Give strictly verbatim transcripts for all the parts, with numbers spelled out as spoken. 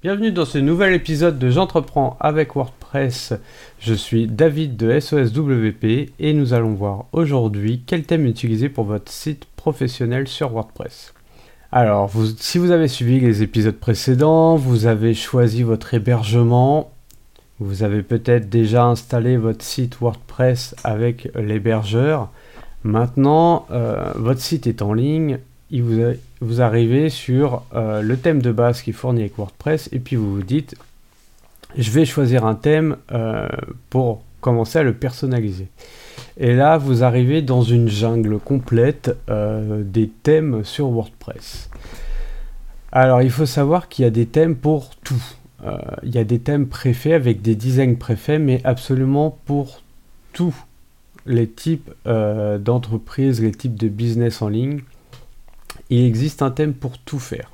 Bienvenue dans ce nouvel épisode de J'entreprends avec WordPress. Je suis David de S O S W P et nous allons voir aujourd'hui quel thème utiliser pour votre site professionnel sur WordPress. Alors, vous, si vous avez suivi les épisodes précédents, vous avez choisi votre hébergement, vous avez peut-être déjà installé votre site WordPress avec l'hébergeur. Maintenant, euh, votre site est en ligne. Il vous, a, vous arrivez sur euh, le thème de base qui est fourni avec WordPress et puis vous vous dites je vais choisir un thème euh, pour commencer à le personnaliser. Et là vous arrivez dans une jungle complète euh, des thèmes sur WordPress. Alors il faut savoir qu'il y a des thèmes pour tout. Euh, il y a des thèmes préfaits avec des designs préfaits, mais absolument pour tous les types euh, d'entreprises, les types de business en ligne. Il existe un thème pour tout faire.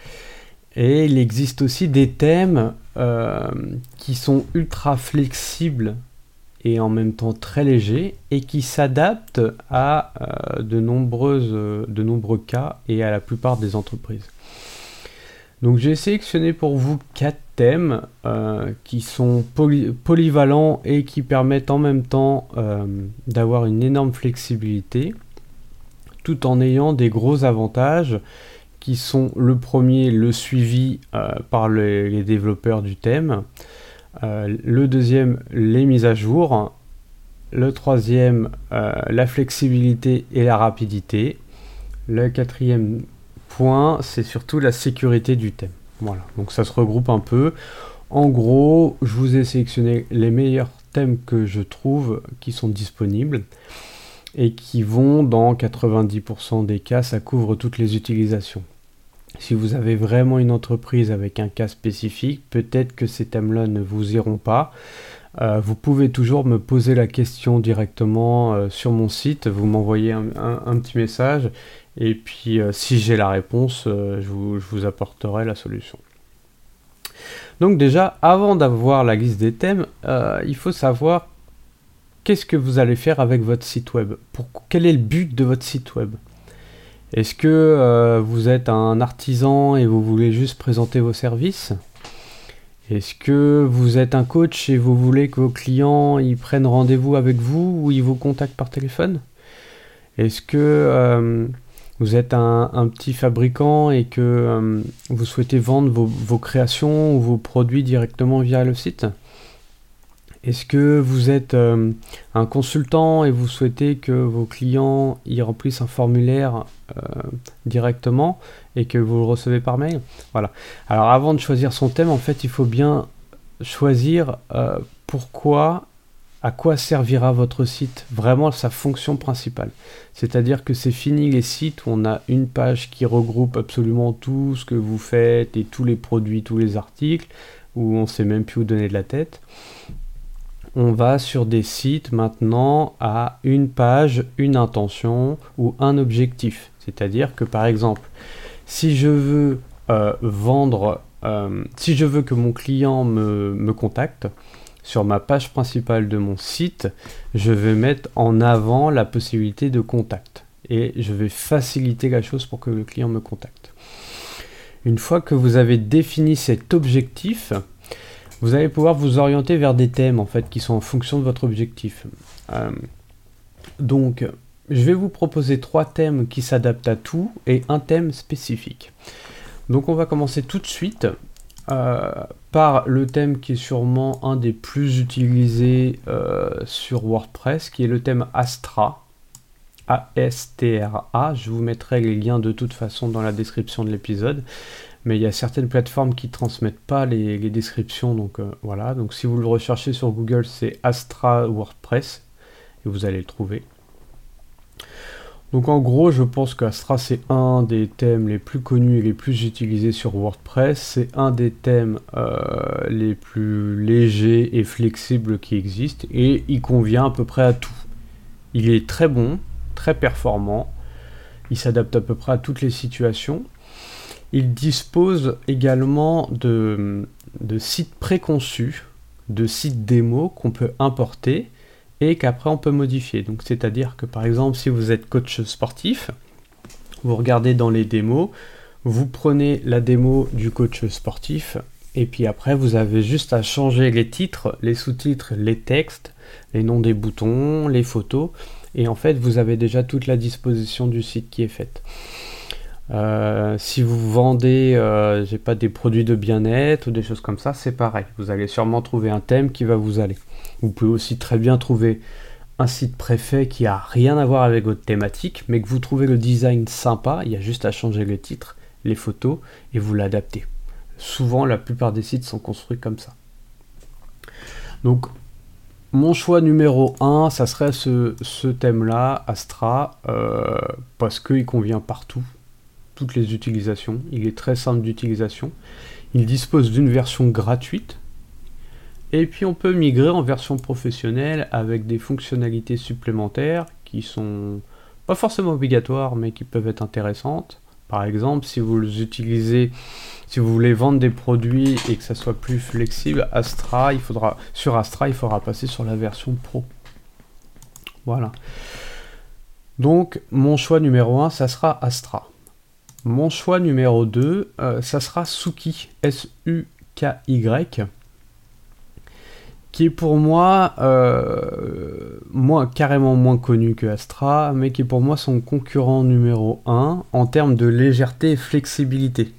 Et il existe aussi des thèmes euh, qui sont ultra flexibles et en même temps très légers et qui s'adaptent à euh, de, nombreuses, de nombreux cas et à la plupart des entreprises. Donc j'ai sélectionné pour vous quatre thèmes euh, qui sont poly- polyvalents et qui permettent en même temps euh, d'avoir une énorme flexibilité, tout en ayant des gros avantages qui sont le premier, le suivi euh, par les, les développeurs du thème, euh, le deuxième, les mises à jour, le troisième, euh, la flexibilité et la rapidité, le quatrième point, c'est surtout la sécurité du thème. Voilà, donc ça se regroupe un peu. En gros, je vous ai sélectionné les meilleurs thèmes que je trouve qui sont disponibles et qui vont dans quatre-vingt-dix pour cent des cas, ça couvre toutes les utilisations. Si vous avez vraiment une entreprise avec un cas spécifique, peut-être que ces thèmes-là ne vous iront pas. Euh, vous pouvez toujours me poser la question directement euh, sur mon site, vous m'envoyez un, un, un petit message, et puis euh, si j'ai la réponse, euh, je, vous, je vous apporterai la solution. Donc déjà, avant d'avoir la liste des thèmes, euh, il faut savoir qu'est-ce que vous allez faire avec votre site web? Pour, quel est le but de votre site web? Est-ce que euh, vous êtes un artisan et vous voulez juste présenter vos services? Est-ce que vous êtes un coach et vous voulez que vos clients ils prennent rendez-vous avec vous ou ils vous contactent par téléphone? Est-ce que euh, vous êtes un, un petit fabricant et que euh, vous souhaitez vendre vos, vos créations ou vos produits directement via le site? Est-ce que vous êtes euh, un consultant et vous souhaitez que vos clients y remplissent un formulaire euh, directement et que vous le recevez par mail? Voilà. Alors avant de choisir son thème, en fait, il faut bien choisir euh, pourquoi, à quoi servira votre site, vraiment sa fonction principale. C'est-à-dire que c'est fini les sites où on a une page qui regroupe absolument tout ce que vous faites et tous les produits, tous les articles, où on ne sait même plus où donner de la tête. On va sur des sites maintenant à une page, une intention ou un objectif. C'est-à-dire que par exemple, si je veux euh, vendre, euh, si je veux que mon client me, me contacte, sur ma page principale de mon site, je vais mettre en avant la possibilité de contact. Et je vais faciliter la chose pour que le client me contacte. Une fois que vous avez défini cet objectif, vous allez pouvoir vous orienter vers des thèmes en fait qui sont en fonction de votre objectif. Euh, donc, je vais vous proposer trois thèmes qui s'adaptent à tout et un thème spécifique. Donc, on va commencer tout de suite euh, par le thème qui est sûrement un des plus utilisés euh, sur WordPress, qui est le thème Astra. A S T R A. Je vous mettrai les liens de toute façon dans la description de l'épisode. Mais il y a certaines plateformes qui ne transmettent pas les, les descriptions, donc euh, voilà. Donc si vous le recherchez sur Google, c'est Astra WordPress, et vous allez le trouver. Donc en gros, je pense qu'Astra, c'est un des thèmes les plus connus et les plus utilisés sur WordPress. C'est un des thèmes euh, les plus légers et flexibles qui existent, et il convient à peu près à tout. Il est très bon, très performant, il s'adapte à peu près à toutes les situations. Il dispose également de, de sites préconçus, de sites démo qu'on peut importer et qu'après on peut modifier. Donc c'est-à-dire que par exemple si vous êtes coach sportif, vous regardez dans les démos, vous prenez la démo du coach sportif Et puis après, vous avez juste à changer les titres, les sous-titres, les textes, les noms des boutons, les photos. Et en fait, vous avez déjà toute la disposition du site qui est faite. Euh, si vous vendez, euh, j'ai pas des produits de bien-être ou des choses comme ça, c'est pareil. Vous allez sûrement trouver un thème qui va vous aller. Vous pouvez aussi très bien trouver un site préfet qui a rien à voir avec votre thématique, mais que vous trouvez le design sympa. Il y a juste à changer les titres, les photos et vous l'adaptez. Souvent, la plupart des sites sont construits comme ça. Donc, mon choix numéro un, ça serait ce, ce thème-là, Astra, euh, parce qu'il convient partout, toutes les utilisations. Il est très simple d'utilisation. Il dispose d'une version gratuite. Et puis, on peut migrer en version professionnelle avec des fonctionnalités supplémentaires qui sont pas forcément obligatoires, mais qui peuvent être intéressantes. Par exemple, si vous les utilisez, si vous voulez vendre des produits et que ça soit plus flexible, Astra, il faudra, sur Astra, il faudra passer sur la version Pro. Voilà. Donc, mon choix numéro un, ça sera Astra. Mon choix numéro deux, euh, ça sera Suki, S U K Y, qui est pour moi, euh, moins, carrément moins connu que Astra, mais qui est pour moi son concurrent numéro un en termes de légèreté et flexibilité.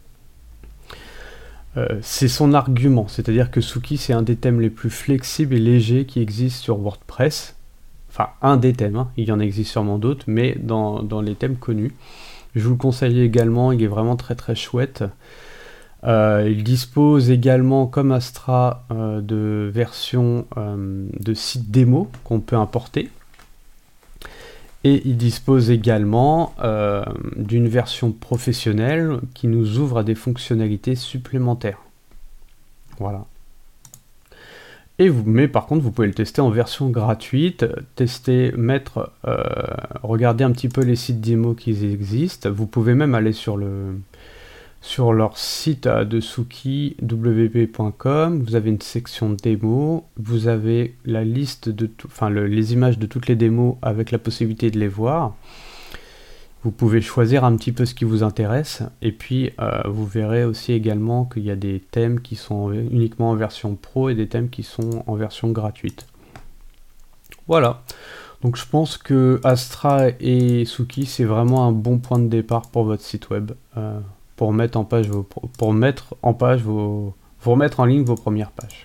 Euh, c'est son argument, c'est-à-dire que Suki, c'est un des thèmes les plus flexibles et légers qui existent sur WordPress. Enfin, un des thèmes, hein. Il y en existe sûrement d'autres, mais dans, dans les thèmes connus. Je vous le conseille également, il est vraiment très très chouette. Euh, il dispose également, comme Astra, euh, de versions euh, de sites démo qu'on peut importer. Et il dispose également euh, d'une version professionnelle qui nous ouvre à des fonctionnalités supplémentaires. Voilà. Et vous, mais par contre, vous pouvez le tester en version gratuite, tester, mettre, euh, regarder un petit peu les sites démo qui existent. Vous pouvez même aller sur le... Sur leur site de Suki, w p point com, vous avez une section démo, vous avez la liste de tout, enfin le, les images de toutes les démos avec la possibilité de les voir. Vous pouvez choisir un petit peu ce qui vous intéresse, et puis euh, vous verrez aussi également qu'il y a des thèmes qui sont uniquement en version pro et des thèmes qui sont en version gratuite. Voilà. Donc je pense que Astra et Suki, c'est vraiment un bon point de départ pour votre site web. Euh, pour mettre en page vos, pour mettre en page vos, vous remettre en ligne vos premières pages.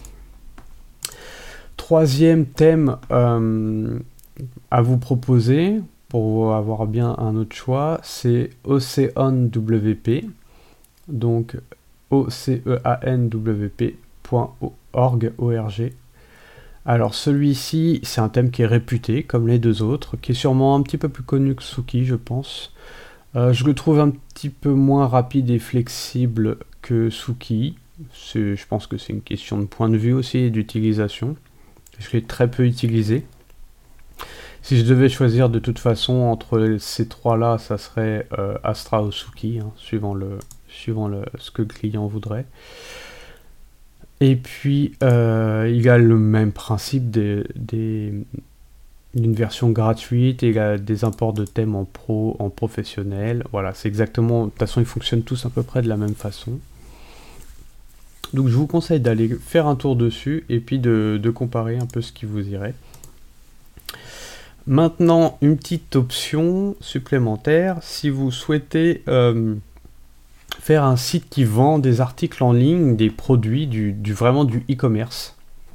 Troisième thème euh, à vous proposer pour avoir bien un autre choix, c'est Ocean W P, donc o c e a n w p point org. Alors celui-ci, c'est un thème qui est réputé comme les deux autres, qui est sûrement un petit peu plus connu que Suki, je pense. Euh, je le trouve un petit peu moins rapide et flexible que Suki. C'est, je pense que c'est une question de point de vue aussi et d'utilisation. Je l'ai très peu utilisé. Si je devais choisir de toute façon entre ces trois-là, ça serait euh, Astra ou Suki, hein, suivant, le, suivant le, ce que le client voudrait. Et puis, euh, il a le même principe des... des d'une version gratuite et a des imports de thèmes en pro, en professionnel. Voilà, c'est exactement... De toute façon, ils fonctionnent tous à peu près de la même façon. Donc, je vous conseille d'aller faire un tour dessus et puis de, de comparer un peu ce qui vous irait. Maintenant, une petite option supplémentaire. Si vous souhaitez euh, faire un site qui vend des articles en ligne, des produits, du, du vraiment du e-commerce,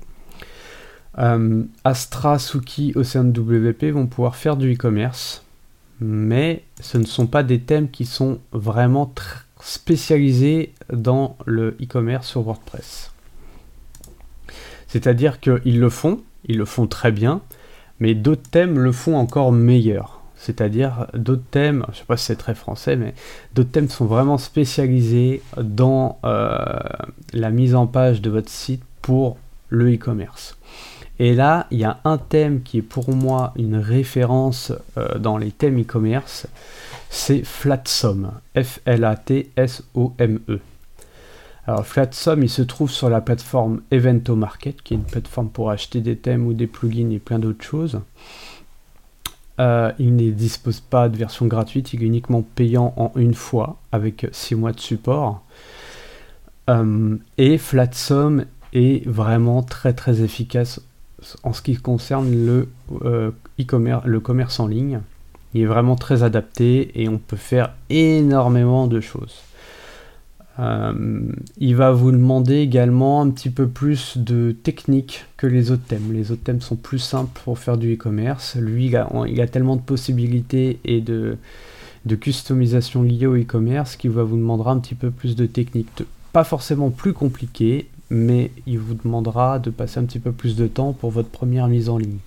Euh, Astra, Suki, Ocean W P vont pouvoir faire du e-commerce, mais ce ne sont pas des thèmes qui sont vraiment tr- spécialisés dans le e-commerce sur WordPress. C'est-à-dire qu'ils le font, ils le font très bien, mais d'autres thèmes le font encore meilleur. C'est-à-dire d'autres thèmes, je ne sais pas si c'est très français, mais d'autres thèmes sont vraiment spécialisés dans euh, la mise en page de votre site pour le e-commerce. Et là, il y a un thème qui est pour moi une référence euh, dans les thèmes e-commerce, c'est Flatsum, F L A T S O M E. Alors Flatsum, il se trouve sur la plateforme Eventomarket, qui est une plateforme pour acheter des thèmes ou des plugins et plein d'autres choses. Euh, il ne dispose pas de version gratuite, il est uniquement payant en une fois, avec six mois de support. Euh, et FlatSum est vraiment très très efficace en ce qui concerne le euh, e-commerce, le commerce en ligne. Il est vraiment très adapté et on peut faire énormément de choses. Euh, il va vous demander également un petit peu plus de technique que les autres thèmes. Les autres thèmes sont plus simples pour faire du e-commerce. Lui, il a, il a tellement de possibilités et de, de customisation liées au e-commerce qu'il va vous demandera un petit peu plus de technique. Pas forcément plus compliqué, mais il vous demandera de passer un petit peu plus de temps pour votre première mise en ligne.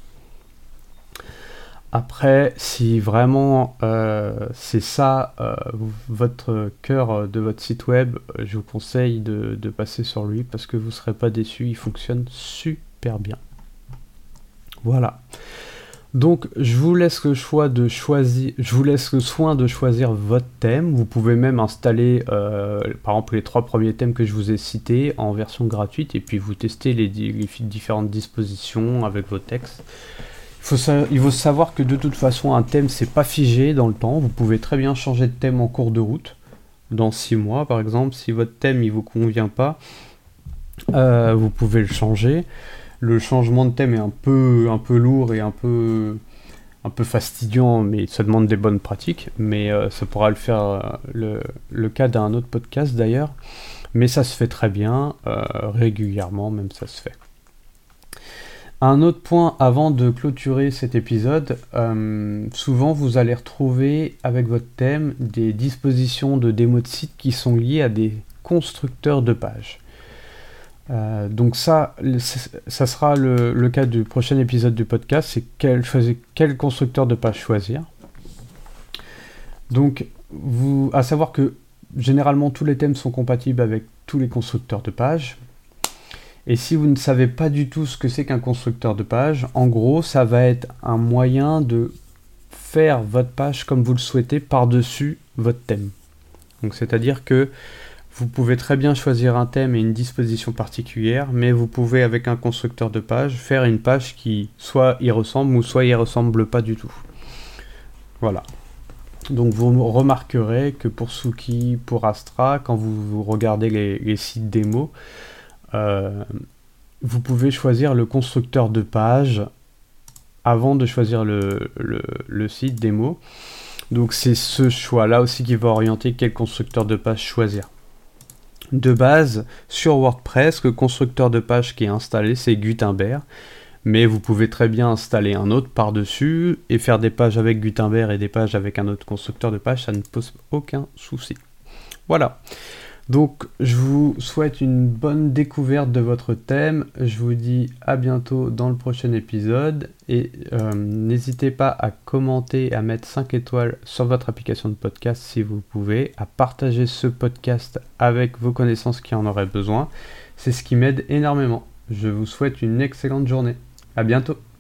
Après, si vraiment euh, c'est ça euh, votre cœur de votre site web, je vous conseille de, de passer sur lui parce que vous ne serez pas déçus, il fonctionne super bien. Voilà. Donc je vous laisse le choix de choisir, je vous laisse le soin de choisir votre thème. Vous pouvez même installer euh, par exemple les trois premiers thèmes que je vous ai cités en version gratuite et puis vous testez les, les différentes dispositions avec vos textes. Il faut, sa- il faut savoir que de toute façon un thème c'est pas figé dans le temps, vous pouvez très bien changer de thème en cours de route, dans six mois par exemple, si votre thème il vous convient pas, euh, vous pouvez le changer. Le changement de thème est un peu, un peu lourd et un peu, un peu fastidiant, mais ça demande des bonnes pratiques, mais euh, ça pourra le faire euh, le, le cas d'un autre podcast d'ailleurs, mais ça se fait très bien, euh, régulièrement même ça se fait. Un autre point avant de clôturer cet épisode, euh, souvent vous allez retrouver avec votre thème des dispositions de démo de site qui sont liées à des constructeurs de pages. Euh, donc ça, ça sera le, le cas du prochain épisode du podcast, c'est quel, choisir, quel constructeur de page choisir. Donc, vous, à savoir que généralement tous les thèmes sont compatibles avec tous les constructeurs de pages. Et si vous ne savez pas du tout ce que c'est qu'un constructeur de page, en gros, ça va être un moyen de faire votre page comme vous le souhaitez par-dessus votre thème. Donc, c'est-à-dire que vous pouvez très bien choisir un thème et une disposition particulière, mais vous pouvez, avec un constructeur de page, faire une page qui soit y ressemble ou soit y ressemble pas du tout. Voilà. Donc, vous remarquerez que pour Suki, pour Astra, quand vous, vous regardez les, les sites démo, Euh, vous pouvez choisir le constructeur de page avant de choisir le, le, le site démo. Donc c'est ce choix-là aussi qui va orienter quel constructeur de page choisir. De base, sur WordPress, le constructeur de page qui est installé, c'est Gutenberg. Mais vous pouvez très bien installer un autre par-dessus et faire des pages avec Gutenberg et des pages avec un autre constructeur de page, ça ne pose aucun souci. Voilà. Donc, je vous souhaite une bonne découverte de votre thème. Je vous dis à bientôt dans le prochain épisode. Et euh, n'hésitez pas à commenter, à mettre cinq étoiles sur votre application de podcast si vous pouvez, à partager ce podcast avec vos connaissances qui en auraient besoin. C'est ce qui m'aide énormément. Je vous souhaite une excellente journée. À bientôt.